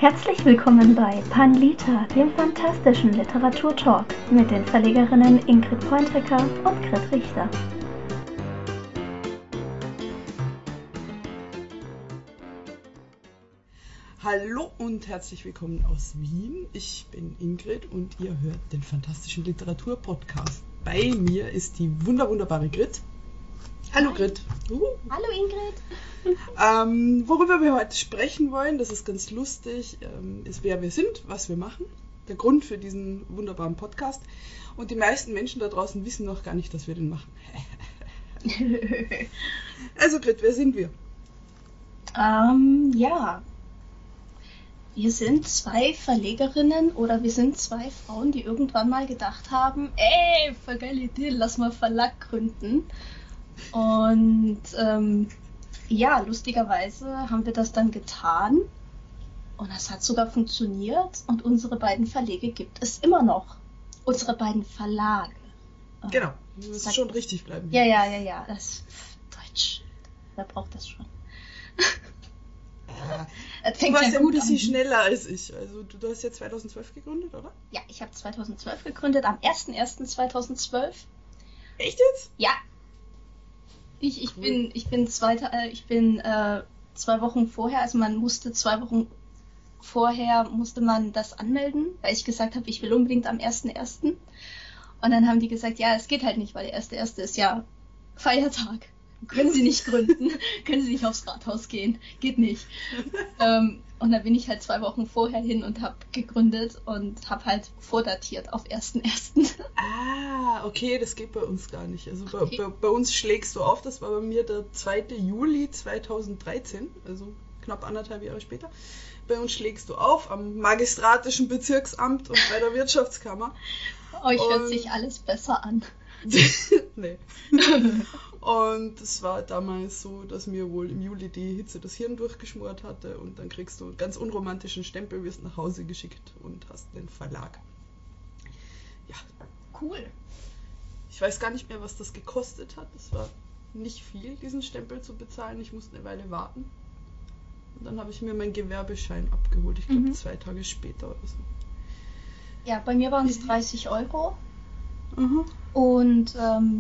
Herzlich willkommen bei Panlita, dem fantastischen Literaturtalk mit den Verlegerinnen Ingrid Pointrecker und Grit Richter. Hallo und herzlich willkommen aus Wien. Ich bin Ingrid und ihr hört den fantastischen Literaturpodcast. Bei mir ist die wunderbare Grit. Hallo Grit. Hallo Ingrid. Worüber wir heute sprechen wollen, das ist ganz lustig, ist wer wir sind, was wir machen. Der Grund für diesen wunderbaren Podcast. Und die meisten Menschen da draußen wissen noch gar nicht, dass wir den machen. Also Grit, wer sind wir? Wir sind zwei Verlegerinnen oder wir sind zwei Frauen, die irgendwann mal gedacht haben, voll geile Idee, lass mal Verlag gründen. Und lustigerweise haben wir das dann getan und es hat sogar funktioniert und unsere beiden Verlage gibt es immer noch. Unsere beiden Verlage. Genau, du musst schon richtig bleiben. Ja, das Deutsch, wer braucht das schon? Das fängt ja gut ein bisschen schneller als ich. Also du hast ja 2012 gegründet, oder? Ja, ich habe 2012 gegründet, am 01.01.2012. Echt jetzt? Ja. Ich bin 2 Wochen vorher, also man musste 2 Wochen vorher musste man das anmelden, weil ich gesagt habe, ich will unbedingt am 1.1. Und dann haben die gesagt, ja, es geht halt nicht, weil der 1.1. ist ja Feiertag. Können Sie nicht gründen, können Sie nicht aufs Rathaus gehen, geht nicht. Und dann bin ich halt 2 Wochen vorher hin und habe gegründet und habe halt vordatiert auf 1.1. Ah, okay, das geht bei uns gar nicht. Also okay. bei uns schlägst du auf, das war bei mir der 2. Juli 2013, also knapp 1,5 Jahre später. Bei uns schlägst du auf am magistratischen Bezirksamt und bei der Wirtschaftskammer. Euch hört sich alles besser an. Nee. Und es war damals so, dass mir wohl im Juli die Hitze das Hirn durchgeschmort hatte und dann kriegst du einen ganz unromantischen Stempel, wirst nach Hause geschickt und hast den Verlag. Ja. Cool. Ich weiß gar nicht mehr, was das gekostet hat. Es war nicht viel, diesen Stempel zu bezahlen. Ich musste eine Weile warten. Und dann habe ich mir meinen Gewerbeschein abgeholt. Ich glaube 2 Tage später oder so. Ja, bei mir waren es 30 Euro. Und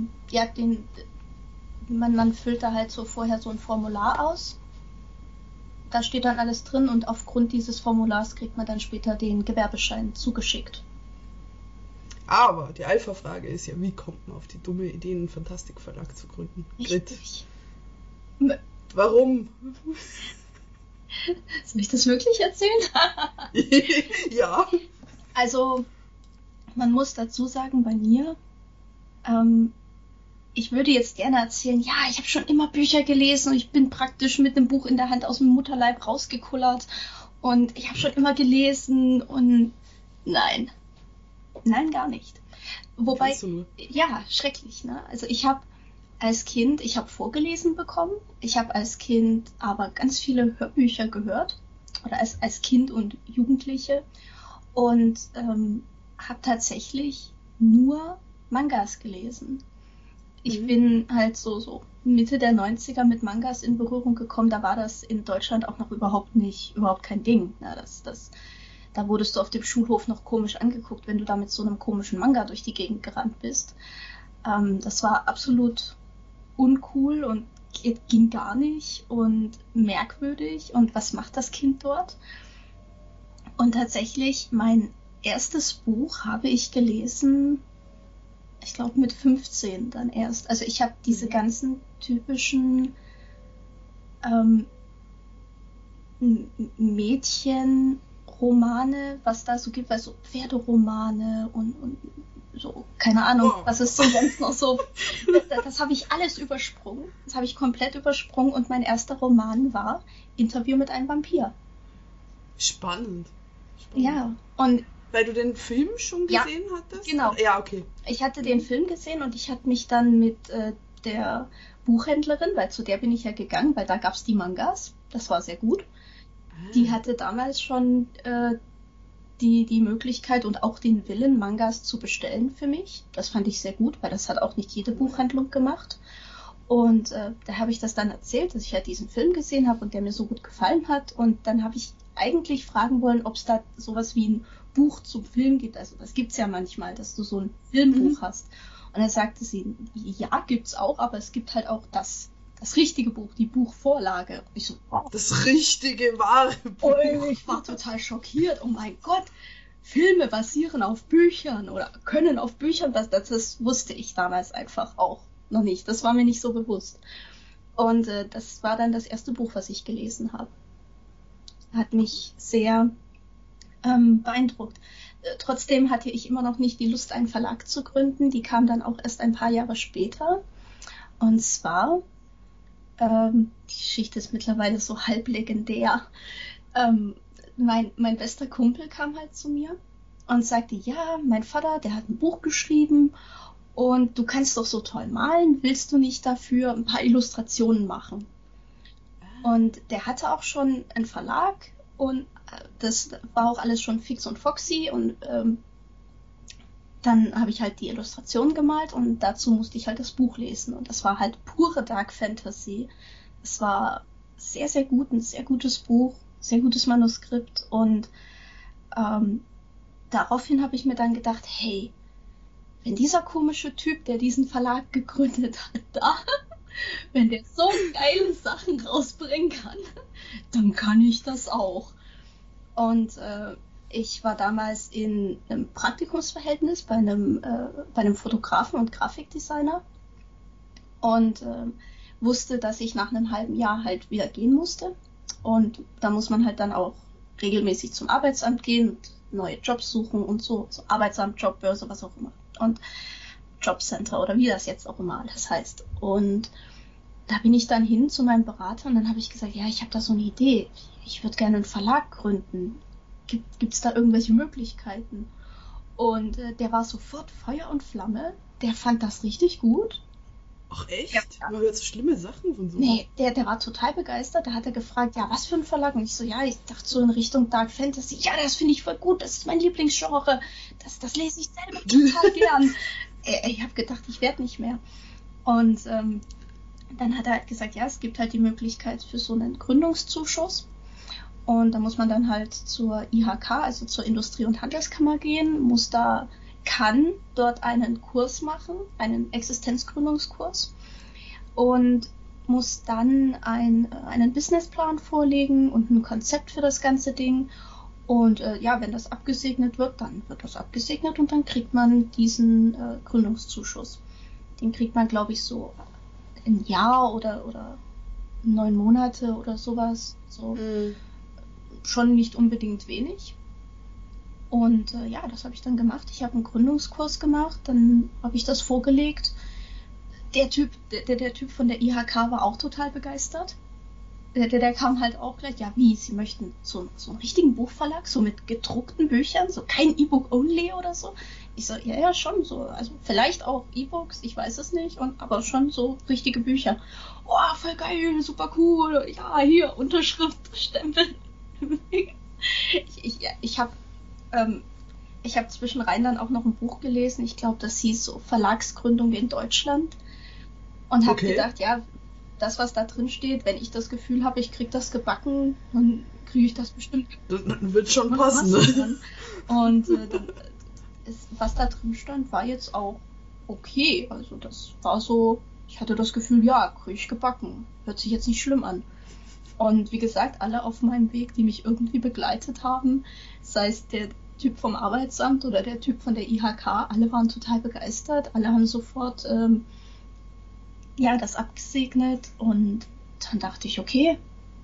man füllt da halt so vorher so ein Formular aus. Da steht dann alles drin und aufgrund dieses Formulars kriegt man dann später den Gewerbeschein zugeschickt. Aber die Alpha-Frage ist ja, wie kommt man auf die dumme Idee, einen Fantastikverlag zu gründen? Richtig. Warum? Soll ich das wirklich erzählen? Ja. Also, man muss dazu sagen, bei mir, ich würde jetzt gerne erzählen, ja, ich habe schon immer Bücher gelesen und ich bin praktisch mit einem Buch in der Hand aus dem Mutterleib rausgekullert und ich habe schon immer gelesen und nein, gar nicht. Wobei, ja, schrecklich, ne? Also ich habe vorgelesen bekommen, ich habe als Kind aber ganz viele Hörbücher gehört oder als Kind und Jugendliche und habe tatsächlich nur Mangas gelesen. Ich bin halt so Mitte der 90er mit Mangas in Berührung gekommen. Da war das in Deutschland auch noch überhaupt kein Ding. Ja, da wurdest du auf dem Schulhof noch komisch angeguckt, wenn du da mit so einem komischen Manga durch die Gegend gerannt bist. Das war absolut uncool und ging gar nicht und merkwürdig. Und was macht das Kind dort? Und tatsächlich, mein erstes Buch habe ich gelesen, ich glaube mit 15 dann erst. Also ich habe diese ganzen typischen Mädchenromane, was da so gibt, also Pferderomane und so, keine Ahnung, was es so sonst noch so. Das habe ich alles übersprungen. Das habe ich komplett übersprungen und mein erster Roman war Interview mit einem Vampir. Spannend. Ja, und weil du den Film schon gesehen hattest? Genau. Ja, okay. Ich hatte den Film gesehen und ich hatte mich dann mit der Buchhändlerin, weil zu der bin ich ja gegangen, weil da gab es die Mangas. Das war sehr gut. Die hatte damals schon die Möglichkeit und auch den Willen, Mangas zu bestellen für mich. Das fand ich sehr gut, weil das hat auch nicht jede Buchhandlung gemacht. Und da habe ich das dann erzählt, dass ich halt diesen Film gesehen habe und der mir so gut gefallen hat. Und dann habe ich eigentlich fragen wollen, ob es da sowas wie ein Buch zum Film gibt. Also das gibt es ja manchmal, dass du so ein Filmbuch hast. Und dann sagte sie, ja, gibt's auch, aber es gibt halt auch das richtige Buch, die Buchvorlage. Ich so, wow. Das richtige, wahre Buch. Und ich war total schockiert. Oh mein Gott, Filme basieren auf Büchern oder können auf Büchern basieren. Das wusste ich damals einfach auch noch nicht. Das war mir nicht so bewusst. Und das war dann das erste Buch, was ich gelesen habe. Hat mich sehr beeindruckt. Trotzdem hatte ich immer noch nicht die Lust, einen Verlag zu gründen. Die kam dann auch erst ein paar Jahre später. Und zwar, die Geschichte ist mittlerweile so halb legendär. Mein bester Kumpel kam halt zu mir und sagte, ja, mein Vater, der hat ein Buch geschrieben und du kannst doch so toll malen, willst du nicht dafür ein paar Illustrationen machen? Und der hatte auch schon einen Verlag und das war auch alles schon fix und foxy und dann habe ich halt die Illustrationen gemalt und dazu musste ich halt das Buch lesen und das war halt pure Dark Fantasy. Es war sehr, sehr gut, ein sehr gutes Buch, sehr gutes Manuskript und daraufhin habe ich mir dann gedacht, hey, wenn dieser komische Typ, der diesen Verlag gegründet hat, wenn der so geile Sachen rausbringen kann, dann kann ich das auch. Und ich war damals in einem Praktikumsverhältnis bei einem Fotografen und Grafikdesigner und wusste, dass ich nach einem halben Jahr halt wieder gehen musste. Und da muss man halt dann auch regelmäßig zum Arbeitsamt gehen und neue Jobs suchen und so Arbeitsamt, Jobbörse, was auch immer. Und Jobcenter oder wie das jetzt auch immer alles heißt. Und da bin ich dann hin zu meinem Berater und dann habe ich gesagt, ja, ich habe da so eine Idee. Ich würde gerne einen Verlag gründen. Gibt es da irgendwelche Möglichkeiten? Und der war sofort Feuer und Flamme. Der fand das richtig gut. Ach echt? Ja. Man hört so schlimme Sachen von so. Nee, der war total begeistert. Da hat er gefragt, ja, was für ein Verlag? Und ich so, ja, ich dachte so in Richtung Dark Fantasy. Ja, das finde ich voll gut. Das ist mein Lieblingsgenre. Das lese ich selber total gern. Ich habe gedacht, ich werde nicht mehr. Und dann hat er halt gesagt, ja, es gibt halt die Möglichkeit für so einen Gründungszuschuss. Und da muss man dann halt zur IHK, also zur Industrie- und Handelskammer gehen, kann dort einen Kurs machen, einen Existenzgründungskurs und muss dann einen Businessplan vorlegen und ein Konzept für das ganze Ding. Und ja, wenn das abgesegnet wird, dann wird das abgesegnet und dann kriegt man diesen Gründungszuschuss. Den kriegt man, glaube ich, so ein Jahr oder 9 Monate oder sowas. So. Schon nicht unbedingt wenig. Und ja, das habe ich dann gemacht. Ich habe einen Gründungskurs gemacht, dann habe ich das vorgelegt. Der Typ von der IHK war auch total begeistert. Der kam halt auch gleich, ja wie, Sie möchten so einen richtigen Buchverlag, so mit gedruckten Büchern, so kein E-Book only oder so. Ich so, ja, schon so, also vielleicht auch E-Books, ich weiß es nicht, aber schon so richtige Bücher. Oh, voll geil, super cool, ja, hier, Unterschrift, Stempel. Ich habe zwischenrein dann auch noch ein Buch gelesen, ich glaube, das hieß so Verlagsgründung in Deutschland und habe gedacht, ja, das, was da drin steht, wenn ich das Gefühl habe, ich kriege das gebacken, dann kriege ich das bestimmt. Dann wird schon passen. Und was da drin stand, war jetzt auch okay. Also das war so, ich hatte das Gefühl, ja, kriege ich gebacken. Hört sich jetzt nicht schlimm an. Und wie gesagt, alle auf meinem Weg, die mich irgendwie begleitet haben, sei es der Typ vom Arbeitsamt oder der Typ von der IHK, alle waren total begeistert, alle haben sofort das abgesegnet und dann dachte ich, okay,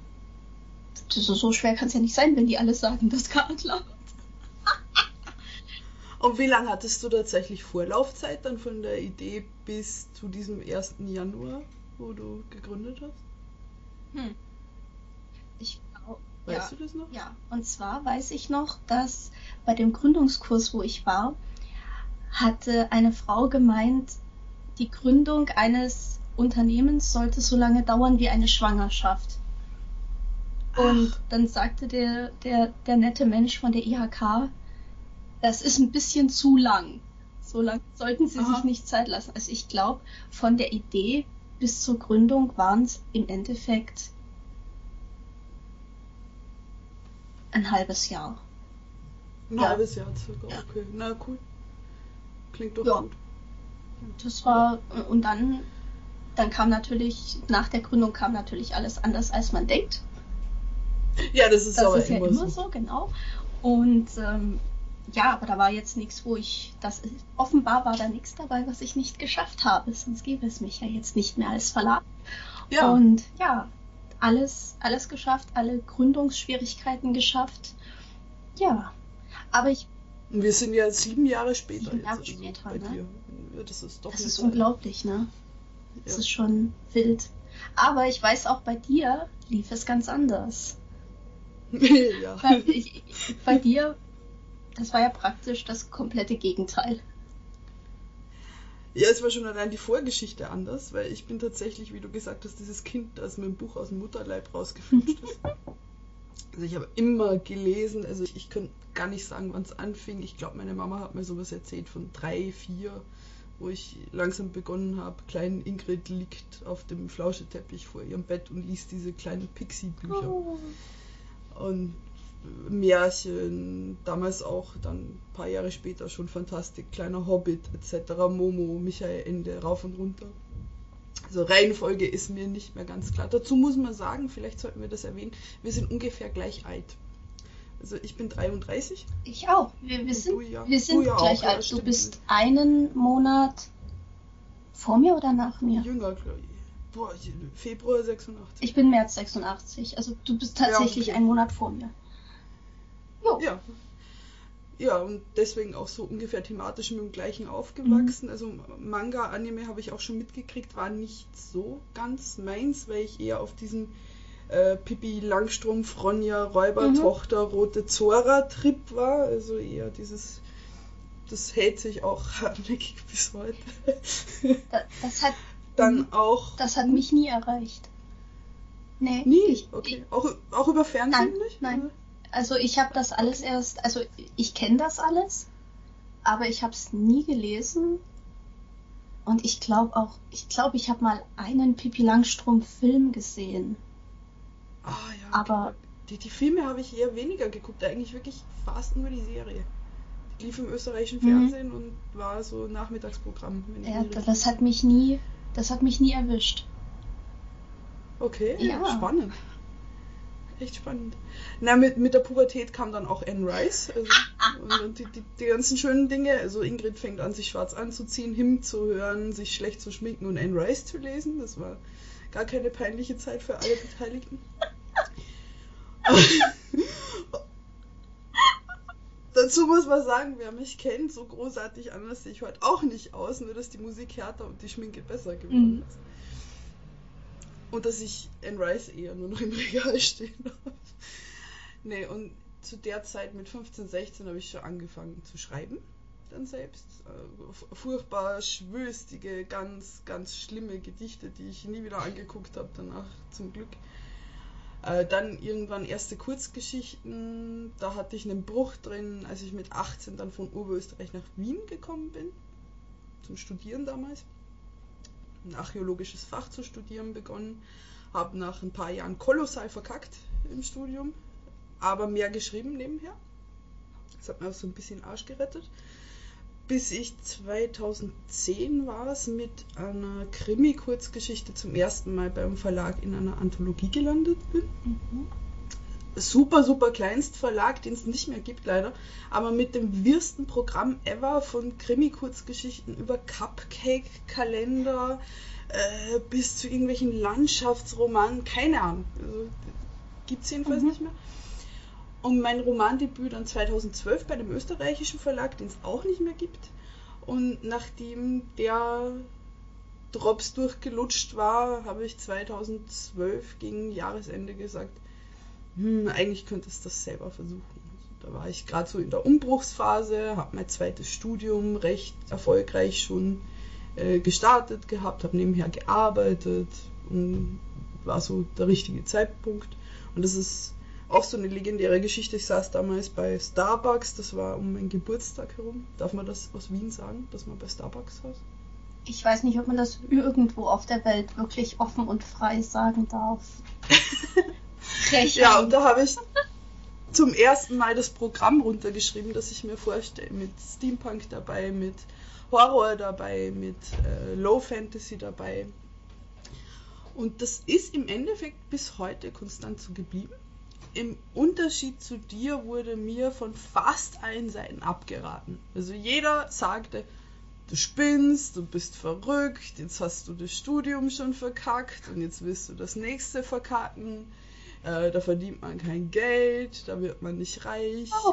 so schwer kann es ja nicht sein, wenn die alle sagen, das kann klappt. Und wie lange hattest du tatsächlich Vorlaufzeit dann von der Idee bis zu diesem 1. Januar, wo du gegründet hast? Weißt du das noch? Ja, und zwar weiß ich noch, dass bei dem Gründungskurs, wo ich war, hatte eine Frau gemeint, die Gründung eines Unternehmens sollte so lange dauern wie eine Schwangerschaft. Und dann sagte der nette Mensch von der IHK, das ist ein bisschen zu lang. So lang sollten Sie sich nicht Zeit lassen. Also ich glaube, von der Idee bis zur Gründung waren es im Endeffekt ein halbes Jahr. Ein halbes Jahr circa, okay. Na cool. Klingt doch gut. Das war, und dann kam natürlich, nach der Gründung kam natürlich alles anders, als man denkt. Ja, das ist Das aber ist ja immer immer so, genau. Und aber da war jetzt nichts, offenbar war da nichts dabei, was ich nicht geschafft habe, sonst gäbe es mich ja jetzt nicht mehr als Verlag. Ja. Und alles geschafft, alle Gründungsschwierigkeiten geschafft. Ja, aber wir sind ja 7 Jahre später. 7 Jahre später, bei ne? dir. Das ist doch das ist unglaublich, ne? Das ist schon wild. Aber ich weiß auch, bei dir lief es ganz anders. Ja. Bei dir, das war ja praktisch das komplette Gegenteil. Ja, es war schon allein die Vorgeschichte anders, weil ich bin tatsächlich, wie du gesagt hast, dieses Kind, das mit dem Buch aus dem Mutterleib rausgeflutscht ist. Also ich habe immer gelesen, also ich könnte gar nicht sagen, wann es anfing. Ich glaube, meine Mama hat mir sowas erzählt von 3, 4, wo ich langsam begonnen habe. Kleine Ingrid liegt auf dem Flauscheteppich vor ihrem Bett und liest diese kleinen Pixie-Bücher. Oh. Und Märchen, damals auch dann ein paar Jahre später schon Fantastik, Kleiner Hobbit etc., Momo, Michael Ende, rauf und runter. Also Reihenfolge ist mir nicht mehr ganz klar. Dazu muss man sagen, vielleicht sollten wir das erwähnen, wir sind ungefähr gleich alt. Also ich bin 33. Ich auch. Wir sind ja gleich auch, alt. Ja, du bist einen Monat vor mir oder nach mir? Jünger, glaube ich. Boah, Februar 86. Ich bin März 86. Also du bist tatsächlich einen Monat vor mir. Jo. Ja. Ja, und deswegen auch so ungefähr thematisch mit dem gleichen aufgewachsen. Also Manga, Anime habe ich auch schon mitgekriegt, war nicht so ganz meins, weil ich eher auf diesem Pippi Langstrumpf, Ronja, Räubertochter, Rote Zora-Trip war. Also eher das hält sich auch hartnäckig bis heute. Das hat mich nie erreicht. Nee. Nie? Okay. Auch über Fernsehen nicht? Nein. Also ich habe das alles ich kenne das alles, aber ich habe es nie gelesen. Und ich glaube, ich habe mal einen Pippi Langstrumpf-Film gesehen. Ah ja, okay. Aber die Filme habe ich eher weniger geguckt, eigentlich wirklich fast nur die Serie. Die lief im österreichischen Fernsehen und war so Nachmittagsprogramm. Das hat mich nie erwischt. Okay, ja. Spannend. Echt spannend. Na, mit der Pubertät kam dann auch Anne Rice. Also, und die ganzen schönen Dinge. Also Ingrid fängt an, sich schwarz anzuziehen, Hymn zu hören, sich schlecht zu schminken und Anne Rice zu lesen. Das war gar keine peinliche Zeit für alle Beteiligten. Dazu muss man sagen, wer mich kennt, so großartig anders sehe ich heute auch nicht aus, nur dass die Musik härter und die Schminke besser geworden ist. Und dass ich Anne Rice eher nur noch im Regal stehen habe. Nee, und zu der Zeit mit 15, 16 habe ich schon angefangen zu schreiben, dann selbst. Furchtbar schwülstige, ganz, ganz schlimme Gedichte, die ich nie wieder angeguckt habe danach, zum Glück. Dann irgendwann erste Kurzgeschichten, da hatte ich einen Bruch drin, als ich mit 18 dann von Oberösterreich nach Wien gekommen bin, zum Studieren damals. Ein archäologisches Fach zu studieren begonnen, habe nach ein paar Jahren kolossal verkackt im Studium, aber mehr geschrieben nebenher. Das hat mir auch so ein bisschen Arsch gerettet. Bis ich 2010 war es mit einer Krimi-Kurzgeschichte zum ersten Mal beim Verlag in einer Anthologie gelandet bin. Super, super Kleinstverlag, den es nicht mehr gibt leider, aber mit dem wirsten Programm ever von Krimi-Kurzgeschichten über Cupcake-Kalender bis zu irgendwelchen Landschaftsromanen, keine Ahnung, also, gibt es jedenfalls nicht mehr. Und mein Romandebüt dann 2012 bei dem österreichischen Verlag, den es auch nicht mehr gibt. Und nachdem der Drops durchgelutscht war, habe ich 2012 gegen Jahresende gesagt, eigentlich könntest du das selber versuchen. Also, da war ich gerade so in der Umbruchsphase, habe mein zweites Studium recht erfolgreich schon gestartet gehabt, habe nebenher gearbeitet und war so der richtige Zeitpunkt. Und das ist auch so eine legendäre Geschichte. Ich saß damals bei Starbucks, das war um meinen Geburtstag herum. Darf man das aus Wien sagen, dass man bei Starbucks saß? Ich weiß nicht, ob man das irgendwo auf der Welt wirklich offen und frei sagen darf. Ja, und da habe ich zum ersten Mal das Programm runtergeschrieben, das ich mir vorstelle, mit Steampunk dabei, mit Horror dabei, mit Low Fantasy dabei. Und das ist im Endeffekt bis heute konstant so geblieben. Im Unterschied zu dir wurde mir von fast allen Seiten abgeraten. Also jeder sagte, du spinnst, du bist verrückt, jetzt hast du das Studium schon verkackt und jetzt willst du das nächste verkacken. Da verdient man kein Geld, da wird man nicht reich. Oh.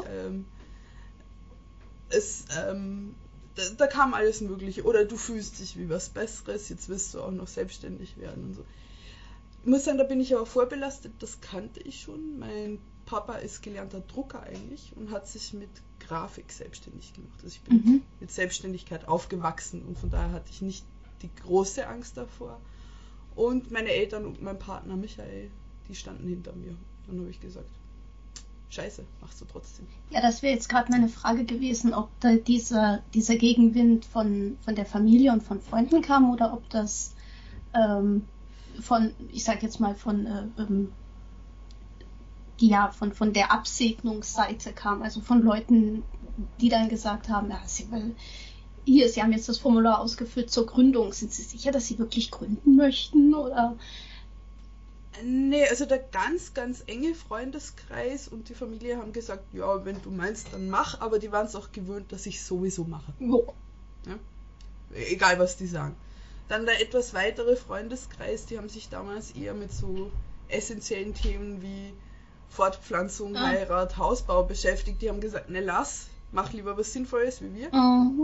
Da kam alles Mögliche. Oder du fühlst dich wie was Besseres, jetzt willst du auch noch selbstständig werden und so. Ich muss sagen, da bin ich aber vorbelastet, das kannte ich schon. Mein Papa ist gelernter Drucker eigentlich und hat sich mit Grafik selbstständig gemacht. Also ich bin mit Selbstständigkeit aufgewachsen und von daher hatte ich nicht die große Angst davor. Und meine Eltern und mein Partner Michael, die standen hinter mir. Dann habe ich gesagt, Scheiße, machst du trotzdem. Ja, das wäre jetzt gerade meine Frage gewesen, ob da dieser Gegenwind von der Familie und von Freunden kam oder ob das ich sag jetzt mal, von der Absegnungsseite kam, also von Leuten, die dann gesagt haben, ja, Sie haben jetzt das Formular ausgefüllt zur Gründung. Sind Sie sicher, dass Sie wirklich gründen möchten? Oder? Nee, also der ganz, ganz enge Freundeskreis und die Familie haben gesagt, ja, wenn du meinst, dann mach, aber die waren es auch gewöhnt, dass ich sowieso mache. Jo. Ja? Egal, was die sagen. Dann der etwas weitere Freundeskreis, die haben sich damals eher mit so essentiellen Themen wie Fortpflanzung, Heirat, Hausbau beschäftigt. Die haben gesagt, ne, mach lieber was Sinnvolles wie wir.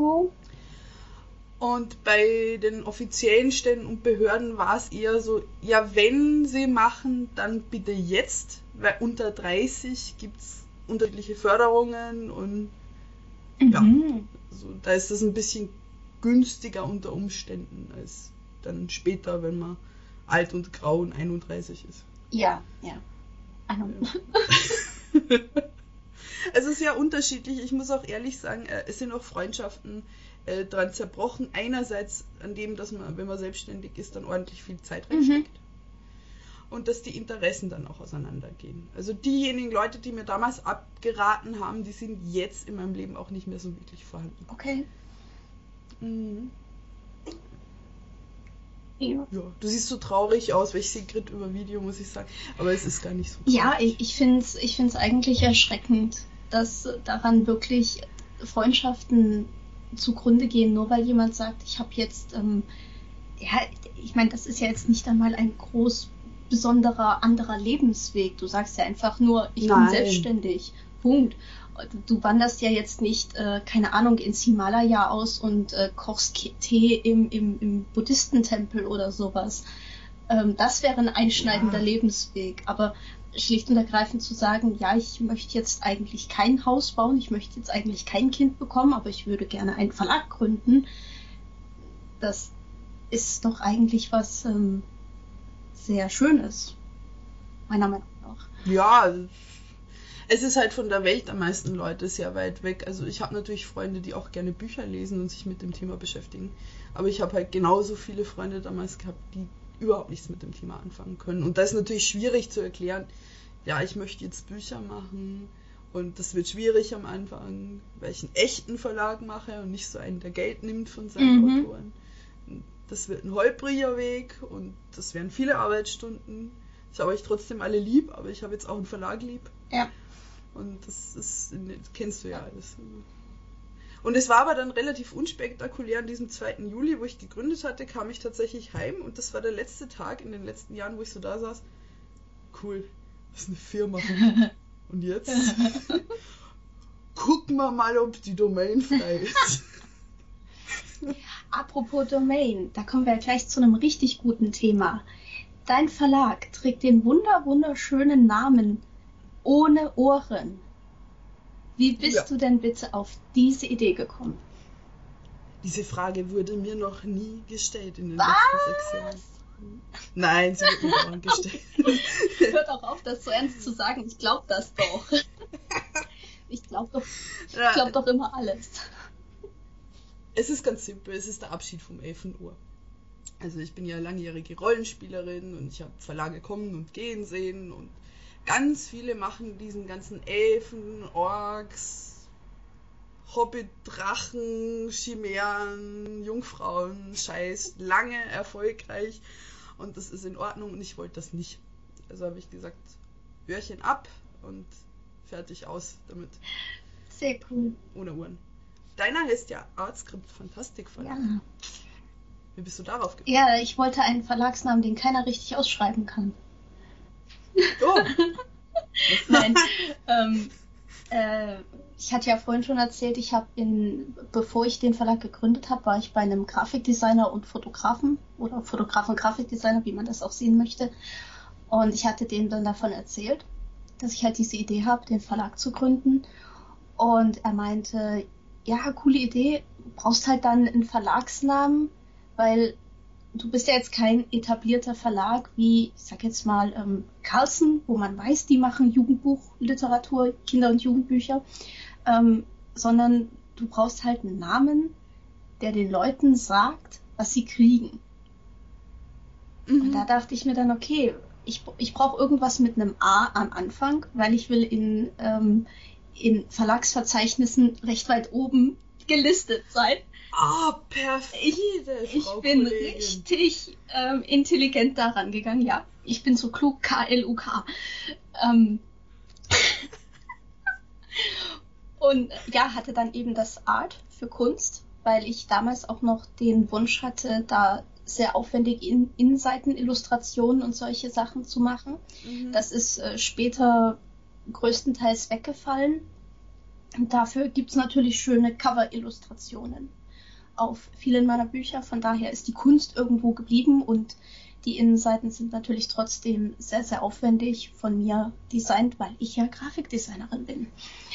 Und bei den offiziellen Stellen und Behörden war es eher so, ja, wenn sie machen, dann bitte jetzt, weil unter 30 gibt es unterschiedliche Förderungen und ja, also da ist das ein bisschen günstiger unter Umständen als dann später, wenn man alt und grau und 31 ist. Ja. Also sehr unterschiedlich. Ich muss auch ehrlich sagen, es sind auch Freundschaften dran zerbrochen. Einerseits an dem, dass man, wenn man selbstständig ist, dann ordentlich viel Zeit reinsteckt. Und dass die Interessen dann auch auseinandergehen. Also diejenigen Leute, die mir damals abgeraten haben, die sind jetzt in meinem Leben auch nicht mehr so wirklich vorhanden. Okay. Ja, du siehst so traurig aus, weil ich sehe Grit über Video, muss ich sagen. Aber es ist gar nicht so traurig. Ja, ich find's eigentlich erschreckend, dass daran wirklich Freundschaften zugrunde gehen, nur weil jemand sagt, ich habe jetzt, ich meine, das ist ja jetzt nicht einmal ein groß besonderer anderer Lebensweg. Du sagst ja einfach nur, ich bin selbstständig. Punkt. Du wanderst ja jetzt nicht, keine Ahnung, ins Himalaya aus und kochst Tee im Buddhistentempel oder sowas. Das wäre ein einschneidender Lebensweg. Aber schlicht und ergreifend zu sagen, ja, ich möchte jetzt eigentlich kein Haus bauen, ich möchte jetzt eigentlich kein Kind bekommen, aber ich würde gerne einen Verlag gründen, das ist doch eigentlich was sehr Schönes. Meiner Meinung nach. Ja, es ist halt von der Welt der meisten Leute sehr weit weg. Also ich habe natürlich Freunde, die auch gerne Bücher lesen und sich mit dem Thema beschäftigen. Aber ich habe halt genauso viele Freunde damals gehabt, die überhaupt nichts mit dem Thema anfangen können. Und das ist natürlich schwierig zu erklären. Ja, ich möchte jetzt Bücher machen und das wird schwierig am Anfang, weil ich einen echten Verlag mache und nicht so einen, der Geld nimmt von seinen Autoren. Das wird ein holpriger Weg und das wären viele Arbeitsstunden. Ich habe euch trotzdem alle lieb, aber ich habe jetzt auch einen Verlag lieb. Ja. Und das kennst du ja alles. Und es war aber dann relativ unspektakulär an diesem 2. Juli, wo ich gegründet hatte, kam ich tatsächlich heim und das war der letzte Tag in den letzten Jahren, wo ich so da saß. Cool, das ist eine Firma. Und jetzt gucken wir mal, ob die Domain frei ist. Apropos Domain, da kommen wir gleich zu einem richtig guten Thema. Dein Verlag trägt den wunderschönen Namen Ohne Ohren. Wie bist du denn bitte auf diese Idee gekommen? Diese Frage wurde mir noch nie gestellt in den letzten 6 Jahren. Nein, sie wird mir auch nicht gestellt. Hört auch auf, das so ernst zu sagen. Ich glaube das doch. Ich glaube doch immer alles. Es ist ganz simpel. Es ist der Abschied vom Elfenohr. Also ich bin ja langjährige Rollenspielerin und ich habe Verlage kommen und gehen sehen und ganz viele machen diesen ganzen Elfen, Orks, Hobbit, Drachen, Chimären, Jungfrauen, Scheiß, lange erfolgreich und das ist in Ordnung und ich wollte das nicht. Also habe ich gesagt, Öhrchen ab und fertig aus damit. Sehr cool. Ohne Uhren. Deiner heißt ja Artscript Fantastik Verlag. Ja. Wie bist du darauf gekommen? Ja, ich wollte einen Verlagsnamen, den keiner richtig ausschreiben kann. Oh! Nein. Ich hatte ja vorhin schon erzählt, bevor ich den Verlag gegründet habe, war ich bei einem Grafikdesigner und Fotografen oder Fotograf und Grafikdesigner, wie man das auch sehen möchte. Und ich hatte dem dann davon erzählt, dass ich halt diese Idee habe, den Verlag zu gründen. Und er meinte, ja, coole Idee, du brauchst halt dann einen Verlagsnamen, weil du bist ja jetzt kein etablierter Verlag wie, ich sag jetzt mal, Carlsen, wo man weiß, die machen Jugendbuchliteratur, Kinder- und Jugendbücher, sondern du brauchst halt einen Namen, der den Leuten sagt, was sie kriegen. Und da dachte ich mir dann, okay, ich brauche irgendwas mit einem A am Anfang, weil ich will in Verlagsverzeichnissen recht weit oben gelistet sein. Ah, perfide, Ich Frau bin Kollegin. richtig intelligent daran gegangen, ja. Ich bin so klug, KLUK. Und ja, hatte dann eben das Art für Kunst, weil ich damals auch noch den Wunsch hatte, da sehr aufwendig Innenseitenillustrationen und solche Sachen zu machen. Das ist später größtenteils weggefallen. Und dafür gibt es natürlich schöne Cover-Illustrationen auf vielen meiner Bücher. Von daher ist die Kunst irgendwo geblieben und die Innenseiten sind natürlich trotzdem sehr, sehr aufwendig von mir designt, weil ich ja Grafikdesignerin bin.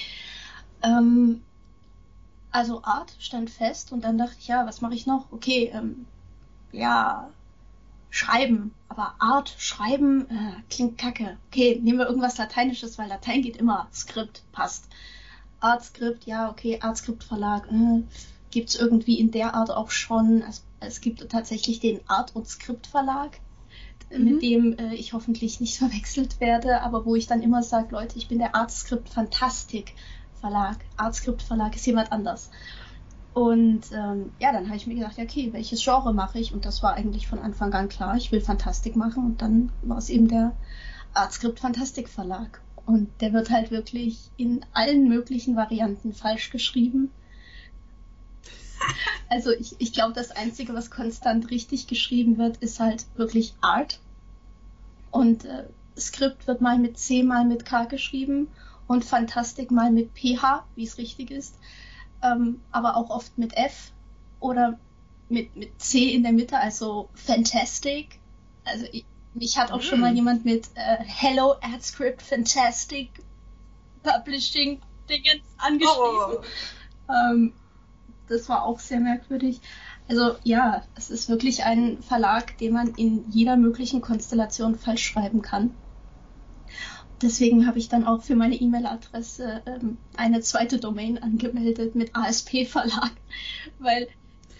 Also Art stand fest und dann dachte ich, ja, was mache ich noch? Okay, ja, schreiben. Aber Art, schreiben, klingt kacke. Okay, nehmen wir irgendwas Lateinisches, weil Latein geht immer. Skript, passt. Artskript, ja, okay, Artskript Verlag. Gibt es irgendwie in der Art auch schon. Also, es gibt tatsächlich den Art- und Skript-Verlag, mit dem ich hoffentlich nicht verwechselt werde, aber wo ich dann immer sage, Leute, ich bin der Artskript Fantastik Verlag. Artskript Verlag ist jemand anders. Und ja, dann habe ich mir gedacht, ja, okay, welches Genre mache ich? Und das war eigentlich von Anfang an klar, ich will Fantastik machen. Und dann war es eben der Artskript Fantastik Verlag. Und der wird halt wirklich in allen möglichen Varianten falsch geschrieben. Also ich glaube, das Einzige, was konstant richtig geschrieben wird, ist halt wirklich Art. Und Skript wird mal mit C, mal mit K geschrieben und Fantastik mal mit PH, wie es richtig ist. Aber auch oft mit F oder mit C in der Mitte, also Fantastic. Also mich hat auch schon mal jemand mit Hello AdScript Fantastic Publishing Dingens angeschrieben. Oh. Das war auch sehr merkwürdig. Also ja, es ist wirklich ein Verlag, den man in jeder möglichen Konstellation falsch schreiben kann. Deswegen habe ich dann auch für meine E-Mail-Adresse eine zweite Domain angemeldet mit ASP Verlag, weil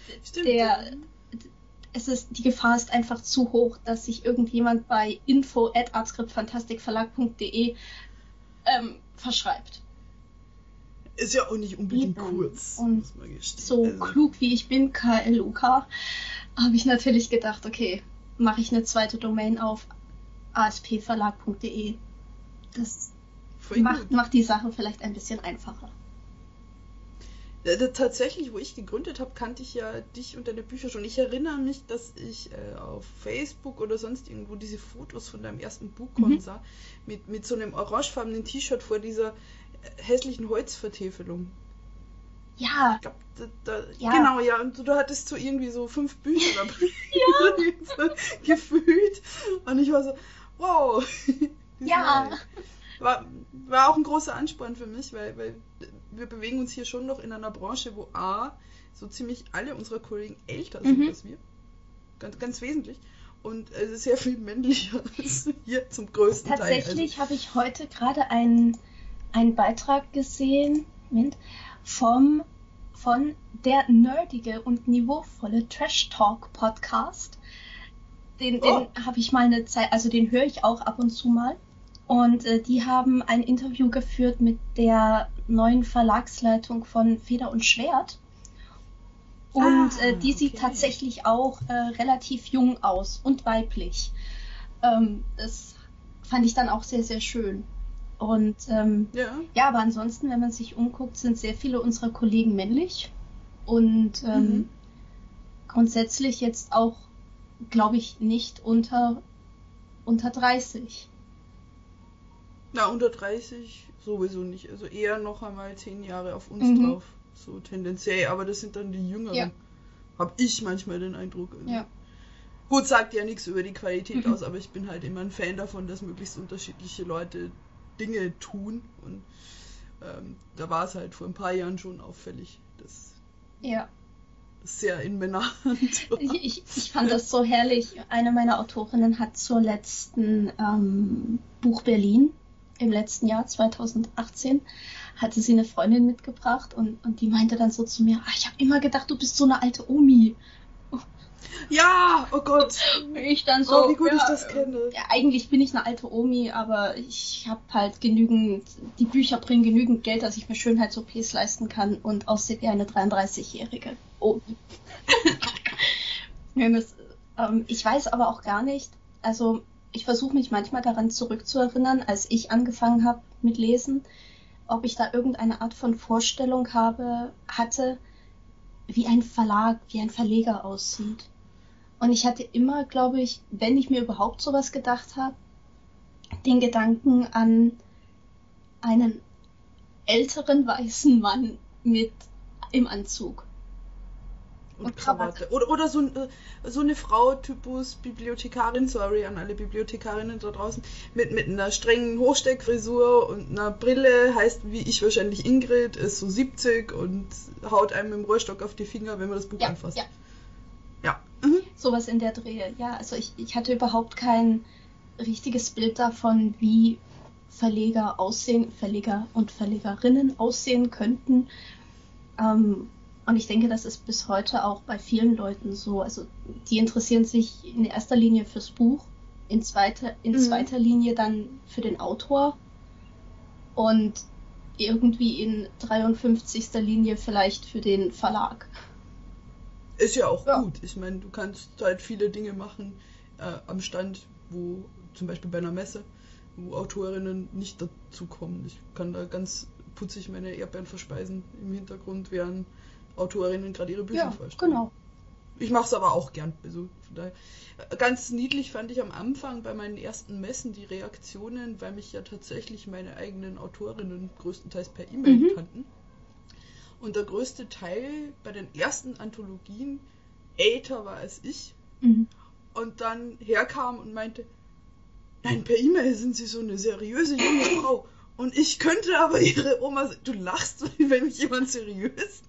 die Gefahr ist einfach zu hoch, dass sich irgendjemand bei info@artscriptfantastikverlag.de verschreibt. Ist ja auch nicht unbedingt kurz. Und so klug wie ich bin, KLUK, habe ich natürlich gedacht, okay, mache ich eine zweite Domain auf aspverlag.de. Das macht die Sache vielleicht ein bisschen einfacher. Ja, tatsächlich, wo ich gegründet habe, kannte ich ja dich und deine Bücher schon. Ich erinnere mich, dass ich auf Facebook oder sonst irgendwo diese Fotos von deinem ersten Buch sah, mit so einem orangefarbenen T-Shirt vor dieser hässlichen Holzvertäfelung. Ja. Ich glaub, ja. Genau, ja. Und du hattest so irgendwie so 5 Bücher dabei. Ja. Gefühlt. Und ich war so, wow. Ja. War auch ein großer Ansporn für mich, weil wir bewegen uns hier schon noch in einer Branche, wo so ziemlich alle unserer Kollegen älter sind als wir. Ganz, ganz wesentlich. Und sehr viel männlicher als hier zum größten Teil. Tatsächlich habe ich heute gerade einen Beitrag gesehen von der nerdige und niveauvolle Trash Talk Podcast. Den habe ich mal eine Zeit, also den höre ich auch ab und zu mal. Und die haben ein Interview geführt mit der neuen Verlagsleitung von Feder und Schwert. Und die sieht tatsächlich auch relativ jung aus und weiblich. Das fand ich dann auch sehr, sehr schön. Und ja, aber ansonsten, wenn man sich umguckt, sind sehr viele unserer Kollegen männlich. Und grundsätzlich jetzt auch, glaube ich, nicht unter 30. Na, unter 30 sowieso nicht. Also eher noch einmal 10 Jahre auf uns drauf. So tendenziell. Aber das sind dann die Jüngeren. Ja. Hab ich manchmal den Eindruck. Also. Ja. Gut, sagt ja nichts über die Qualität aus, aber ich bin halt immer ein Fan davon, dass möglichst unterschiedliche Leute Dinge tun. Und da war es halt vor ein paar Jahren schon auffällig, dass das sehr in Männerhand war. Ich fand das so herrlich. Eine meiner Autorinnen hat zur letzten Buch Berlin im letzten Jahr, 2018, hatte sie eine Freundin mitgebracht und die meinte dann so zu mir, ich habe immer gedacht, du bist so eine alte Omi. Ja, oh Gott. Ich dann so, wie gut ich das kenne. Ja, eigentlich bin ich eine alte Omi, aber ich habe halt die Bücher bringen genügend Geld, dass ich mir Schönheits-OPs leisten kann und aussehe wie eine 33-jährige Omi. Ich weiß aber auch gar nicht, also ich versuche mich manchmal daran zurückzuerinnern, als ich angefangen habe mit Lesen, ob ich da irgendeine Art von Vorstellung hatte, wie ein Verlag, wie ein Verleger aussieht. Und ich hatte immer, glaube ich, wenn ich mir überhaupt sowas gedacht habe, den Gedanken an einen älteren weißen Mann im Anzug. Und Krawatte. Oder so eine Frau, Typus Bibliothekarin, sorry an alle Bibliothekarinnen da draußen, mit einer strengen Hochsteckfrisur und einer Brille, heißt wie ich wahrscheinlich Ingrid, ist so 70 und haut einem mit dem Rohrstock auf die Finger, wenn man das Buch anfasst. Ja. Sowas in der Drehe. Ja, also ich hatte überhaupt kein richtiges Bild davon, wie Verleger und Verlegerinnen aussehen könnten. Und ich denke, das ist bis heute auch bei vielen Leuten so. Also die interessieren sich in erster Linie fürs Buch, in zweiter Linie dann für den Autor und irgendwie in 53. Linie vielleicht für den Verlag. Ist ja auch gut. Ich meine, du kannst halt viele Dinge machen am Stand, wo zum Beispiel bei einer Messe, wo Autorinnen nicht dazu kommen. Ich kann da ganz putzig meine Erdbeeren verspeisen im Hintergrund, während Autorinnen gerade ihre Bücher vorstellen. Genau. Ich mache es aber auch gern. Also ganz niedlich fand ich am Anfang bei meinen ersten Messen die Reaktionen, weil mich ja tatsächlich meine eigenen Autorinnen größtenteils per E-Mail kannten. Und der größte Teil bei den ersten Anthologien älter war als ich. Und dann herkam und meinte, nein, per E-Mail sind Sie so eine seriöse junge Frau. Und ich könnte aber Ihre Oma sein. Du lachst, wenn mich jemand seriös...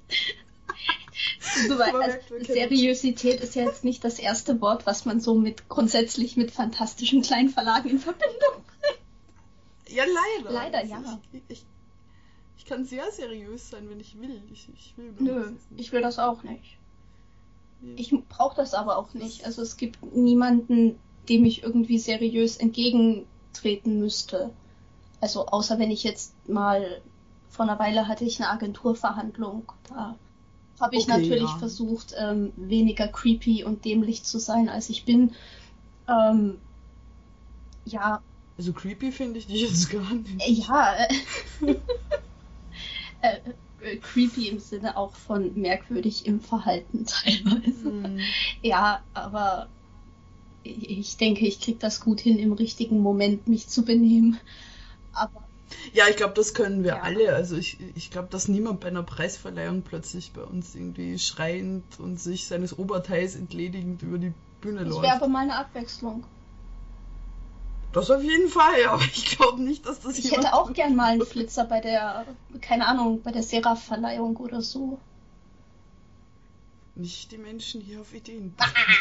Seriosität ist ja jetzt nicht das erste Wort, was man so grundsätzlich mit fantastischen Kleinverlagen in Verbindung bringt. Ja, leider. Leider, ja. Ich kann sehr seriös sein, wenn ich will. Ich will Nö, ich will das auch nicht. Ich brauche das aber auch nicht. Also es gibt niemanden, dem ich irgendwie seriös entgegentreten müsste. Also außer wenn ich jetzt mal, vor einer Weile hatte ich eine Agenturverhandlung, da habe ich natürlich versucht, weniger creepy und dämlich zu sein, als ich bin. Ja. Also creepy finde ich dich jetzt gar nicht. Ja. Creepy im Sinne auch von merkwürdig im Verhalten teilweise. Ja, aber ich denke, ich kriege das gut hin, im richtigen Moment mich zu benehmen. Aber ja, ich glaube, das können wir alle. Also ich glaube, dass niemand bei einer Preisverleihung plötzlich bei uns irgendwie schreiend und sich seines Oberteils entledigend über die Bühne läuft. Das wäre aber mal eine Abwechslung. Das auf jeden Fall, aber ich glaube nicht, dass das Ich hätte auch gern mal einen Flitzer bei der, keine Ahnung, bei der Seraph-Verleihung oder so. Nicht die Menschen hier auf Ideen.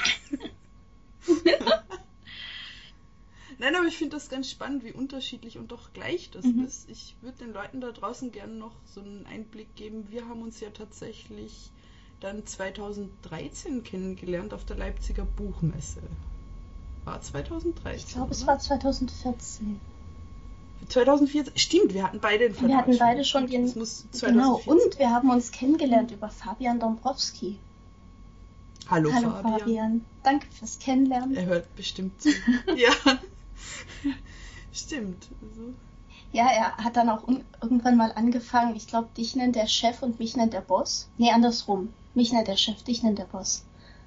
Nein, aber ich finde das ganz spannend, wie unterschiedlich und doch gleich das ist. Ich würde den Leuten da draußen gerne noch so einen Einblick geben. Wir haben uns ja tatsächlich dann 2013 kennengelernt auf der Leipziger Buchmesse. War 2013? Ich glaube, es war 2014. 2014, stimmt, wir hatten beide den Vertrag. Wir hatten beide schon den. Das muss 2014. Genau, und wir haben uns kennengelernt über Fabian Dombrowski. Hallo Hallo Fabian. Fabian. Danke fürs Kennenlernen. Er hört bestimmt zu. Ja, stimmt. Also. Ja, er hat dann auch irgendwann mal angefangen, ich glaube, dich nennt der Chef und mich nennt der Boss. Nee, andersrum. Mich nennt der Chef, dich nennt der Boss.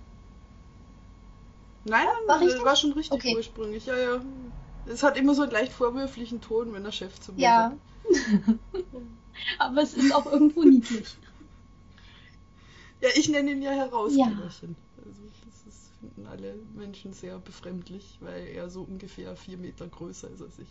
Nein, war schon richtig okay. Ursprünglich. Ja, ja. Es hat immer so einen leicht vorwürflichen Ton, wenn der Chef zu mir Ja. sagt. Aber es ist auch irgendwo niedlich. Ja, ich nenne ihn ja Herausgeberchen. Ja. Also das finden alle Menschen sehr befremdlich, weil er so ungefähr 4 Meter größer ist als ich.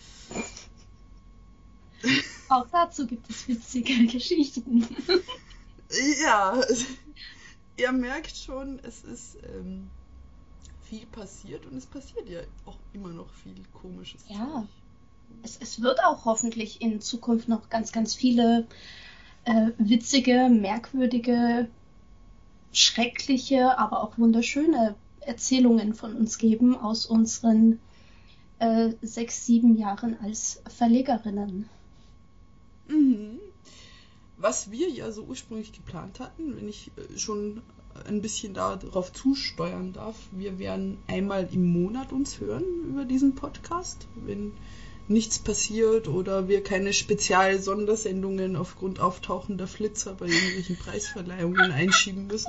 Auch dazu gibt es witzige Geschichten. Ja, ihr merkt schon, es ist viel passiert und es passiert ja auch immer noch viel Komisches. Ja, es wird auch hoffentlich in Zukunft noch ganz, ganz viele witzige, merkwürdige, schreckliche, aber auch wunderschöne Erzählungen von uns geben aus unseren 6, 7 Jahren als Verlegerinnen. Mhm. Was wir ja so ursprünglich geplant hatten, wenn ich schon ein bisschen darauf zusteuern darf, wir werden einmal im Monat uns hören über diesen Podcast, wenn nichts passiert oder wir keine Spezial-Sondersendungen aufgrund auftauchender Flitzer bei irgendwelchen Preisverleihungen einschieben müssen.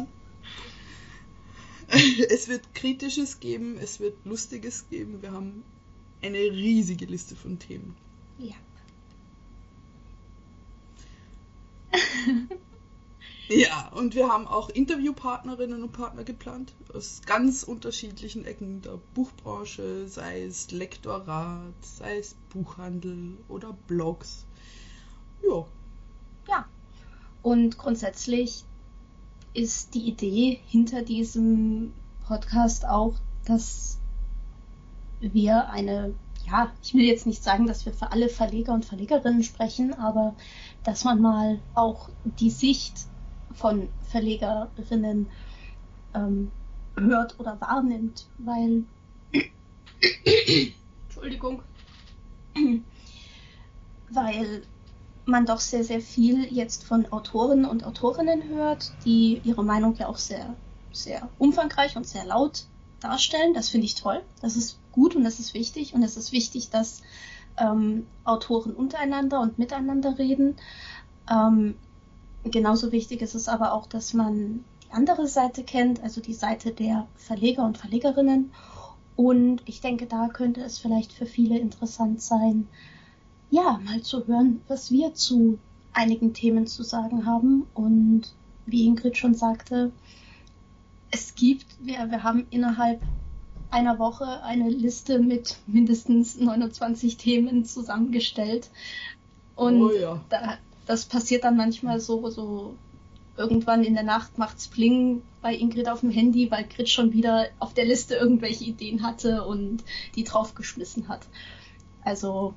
Es wird Kritisches geben, es wird Lustiges geben, wir haben eine riesige Liste von Themen. Ja. Ja, und wir haben auch Interviewpartnerinnen und Partner geplant, aus ganz unterschiedlichen Ecken der Buchbranche, sei es Lektorat, sei es Buchhandel oder Blogs. Ja. Ja, und grundsätzlich ist die Idee hinter diesem Podcast auch, dass wir ich will jetzt nicht sagen, dass wir für alle Verleger und Verlegerinnen sprechen, aber dass man mal auch die Sicht von Verlegerinnen hört oder wahrnimmt, weil Entschuldigung, weil man doch sehr, sehr viel jetzt von Autoren und Autorinnen hört, die ihre Meinung ja auch sehr, sehr umfangreich und sehr laut darstellen. Das finde ich toll. Das ist gut und das ist wichtig. Und es ist wichtig, dass Autoren untereinander und miteinander reden. Genauso wichtig ist es aber auch, dass man die andere Seite kennt, also die Seite der Verleger und Verlegerinnen. Und ich denke, da könnte es vielleicht für viele interessant sein, ja, mal zu hören, was wir zu einigen Themen zu sagen haben. Und wie Ingrid schon sagte, wir haben innerhalb einer Woche eine Liste mit mindestens 29 Themen zusammengestellt. Und das passiert dann manchmal so irgendwann in der Nacht macht's Pling bei Ingrid auf dem Handy, weil Ingrid schon wieder auf der Liste irgendwelche Ideen hatte und die draufgeschmissen hat. Also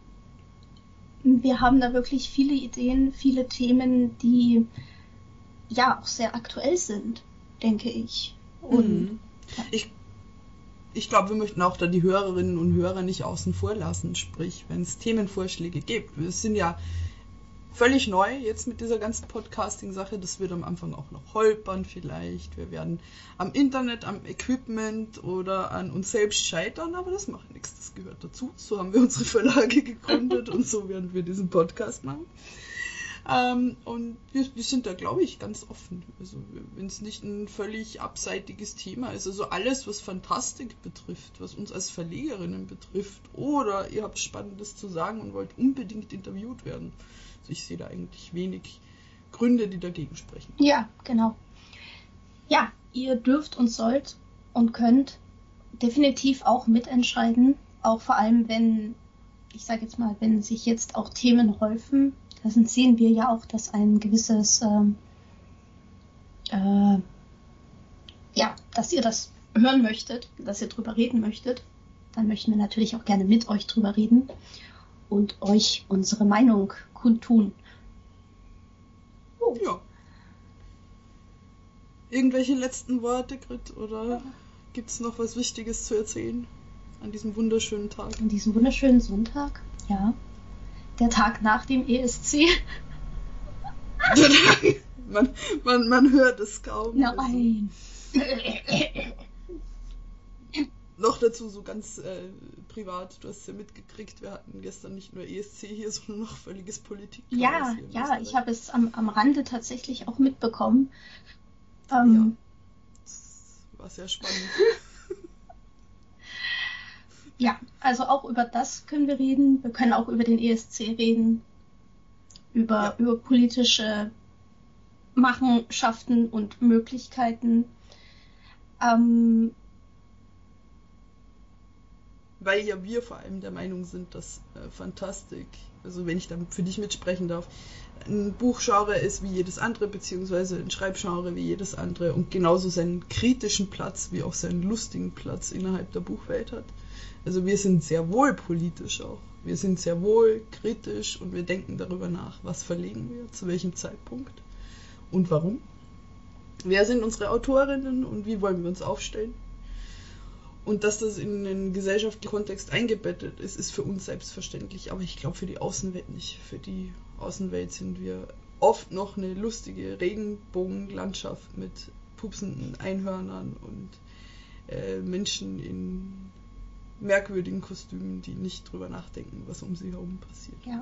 wir haben da wirklich viele Ideen, viele Themen, die ja auch sehr aktuell sind, denke ich. Und ich glaube, wir möchten auch da die Hörerinnen und Hörer nicht außen vor lassen, sprich, wenn es Themenvorschläge gibt. Wir sind ja völlig neu jetzt mit dieser ganzen Podcasting-Sache, das wird am Anfang auch noch holpern vielleicht. Wir werden am Internet, am Equipment oder an uns selbst scheitern, aber das macht nichts, das gehört dazu. So haben wir unsere Verlage gegründet und so werden wir diesen Podcast machen. Und wir sind da, glaube ich, ganz offen. Also wenn es nicht ein völlig abseitiges Thema ist, also alles, was Fantastik betrifft, was uns als Verlegerinnen betrifft, oder ihr habt Spannendes zu sagen und wollt unbedingt interviewt werden. Also ich sehe da eigentlich wenig Gründe, die dagegen sprechen. Ja, genau. Ja, ihr dürft und sollt und könnt definitiv auch mitentscheiden, auch vor allem, wenn sich jetzt auch Themen häufen. Da sehen wir ja auch, dass ein gewisses, dass ihr das hören möchtet, dass ihr drüber reden möchtet. Dann möchten wir natürlich auch gerne mit euch drüber reden und euch unsere Meinung kundtun. Ja. Irgendwelche letzten Worte, Grit, oder gibt es noch was Wichtiges zu erzählen an diesem wunderschönen Tag? An diesem wunderschönen Sonntag? Ja. Der Tag nach dem ESC. man hört es kaum. Nein. Noch dazu so ganz privat, du hast ja mitgekriegt, wir hatten gestern nicht nur ESC hier, sondern noch völliges Politik. Ja, ich habe es am Rande tatsächlich auch mitbekommen. Ja, das war sehr spannend. Ja, also auch über das können wir reden. Wir können auch über den ESC reden, über politische Machenschaften und Möglichkeiten. Weil ja wir vor allem der Meinung sind, dass Fantastik, also wenn ich dann für dich mitsprechen darf, ein Buchgenre ist wie jedes andere, beziehungsweise ein Schreibgenre wie jedes andere und genauso seinen kritischen Platz wie auch seinen lustigen Platz innerhalb der Buchwelt hat. Also wir sind sehr wohl politisch auch. Wir sind sehr wohl kritisch und wir denken darüber nach, was verlegen wir, zu welchem Zeitpunkt und warum. Wer sind unsere Autorinnen und wie wollen wir uns aufstellen? Und dass das in einen gesellschaftlichen Kontext eingebettet ist, ist für uns selbstverständlich, aber ich glaube für die Außenwelt nicht. Für die Außenwelt sind wir oft noch eine lustige Regenbogenlandschaft mit pupsenden Einhörnern und Menschen in merkwürdigen Kostümen, die nicht drüber nachdenken, was um sie herum passiert. Ja,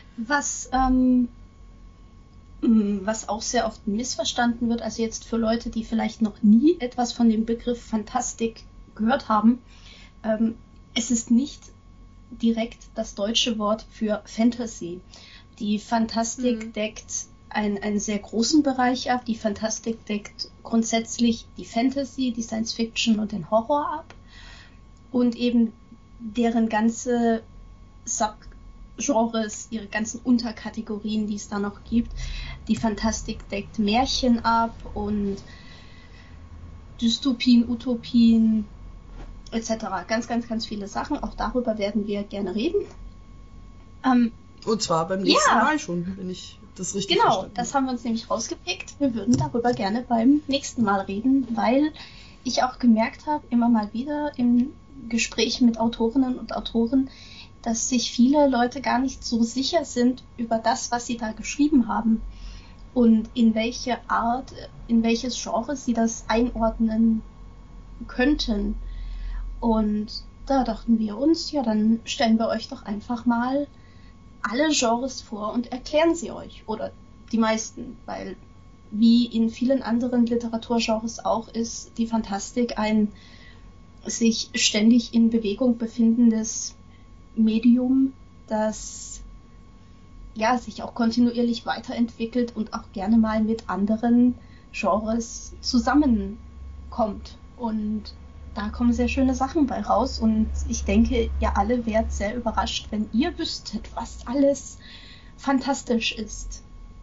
was auch sehr oft missverstanden wird, also jetzt für Leute, die vielleicht noch nie etwas von dem Begriff Fantastik gehört haben, es ist nicht direkt das deutsche Wort für Fantasy. Die Fantastik deckt einen sehr großen Bereich ab. Die Fantastik deckt grundsätzlich die Fantasy, die Science Fiction und den Horror ab und eben deren ganze Subgenres, ihre ganzen Unterkategorien, die es da noch gibt. Die Fantastik deckt Märchen ab und Dystopien, Utopien etc. Ganz, ganz, ganz viele Sachen. Auch darüber werden wir gerne reden. Und zwar beim nächsten Mal schon, wenn ich das richtig verstanden habe. Genau, das haben wir uns nämlich rausgepickt. Wir würden darüber gerne beim nächsten Mal reden, weil ich auch gemerkt habe, immer mal wieder im Gespräch mit Autorinnen und Autoren, dass sich viele Leute gar nicht so sicher sind über das, was sie da geschrieben haben und in welche Art, in welches Genre sie das einordnen könnten. Und da dachten wir uns, ja, dann stellen wir euch doch einfach mal alle Genres vor und erklären sie euch. Oder die meisten, weil wie in vielen anderen Literaturgenres auch ist die Fantastik ein sich ständig in Bewegung befindendes Medium, das ja sich auch kontinuierlich weiterentwickelt und auch gerne mal mit anderen Genres zusammenkommt. Und da kommen sehr schöne Sachen bei raus und ich denke, ihr alle wärt sehr überrascht, wenn ihr wüsstet, was alles fantastisch ist.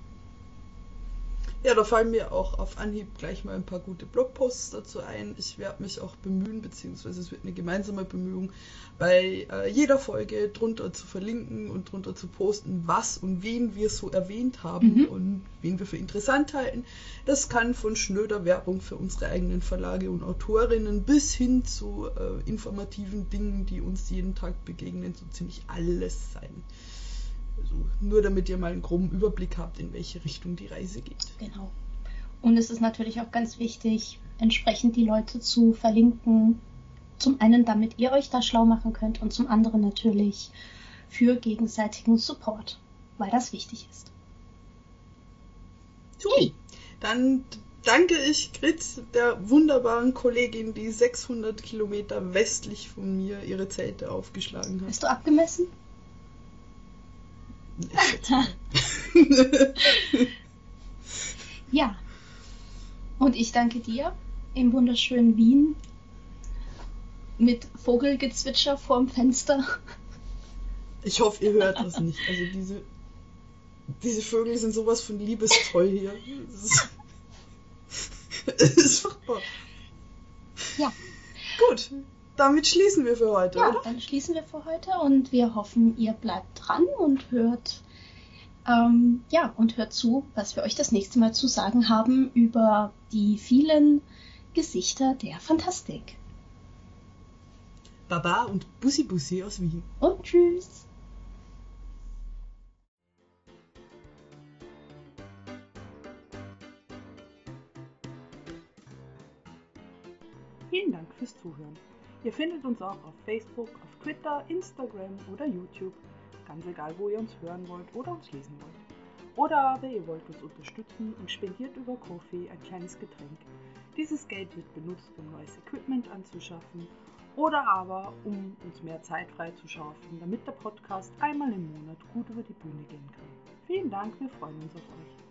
Ja, da fallen mir auch auf Anhieb gleich mal ein paar gute Blogposts dazu ein. Ich werde mich auch bemühen, beziehungsweise es wird eine gemeinsame Bemühung, bei jeder Folge drunter zu verlinken und drunter zu posten, was und wen wir so erwähnt haben und wen wir für interessant halten. Das kann von schnöder Werbung für unsere eigenen Verlage und Autorinnen bis hin zu informativen Dingen, die uns jeden Tag begegnen, so ziemlich alles sein. Also nur damit ihr mal einen groben Überblick habt, in welche Richtung die Reise geht. Genau. Und es ist natürlich auch ganz wichtig, entsprechend die Leute zu verlinken. Zum einen, damit ihr euch da schlau machen könnt und zum anderen natürlich für gegenseitigen Support, weil das wichtig ist. Hey. Dann danke ich Grit, der wunderbaren Kollegin, die 600 Kilometer westlich von mir ihre Zelte aufgeschlagen hat. Hast du abgemessen? Ja. Und ich danke dir im wunderschönen Wien mit Vogelgezwitscher vorm Fenster. Ich hoffe, ihr hört das nicht. Also diese Vögel sind sowas von liebestoll hier. Es ist furchtbar. Ja. Gut, damit schließen wir für heute, ja, oder? Dann schließen wir für heute und wir hoffen, ihr bleibt dran und hört zu, was wir euch das nächste Mal zu sagen haben über die vielen Gesichter der Fantastik. Baba und Bussi Bussi aus Wien. Und tschüss. Vielen Dank fürs Zuhören. Ihr findet uns auch auf Facebook, auf Twitter, Instagram oder YouTube. Ganz egal, wo ihr uns hören wollt oder uns lesen wollt. Oder aber ihr wollt uns unterstützen und spendiert über Ko-fi ein kleines Getränk. Dieses Geld wird benutzt, um neues Equipment anzuschaffen oder aber um uns mehr Zeit freizuschaffen, damit der Podcast einmal im Monat gut über die Bühne gehen kann. Vielen Dank, wir freuen uns auf euch.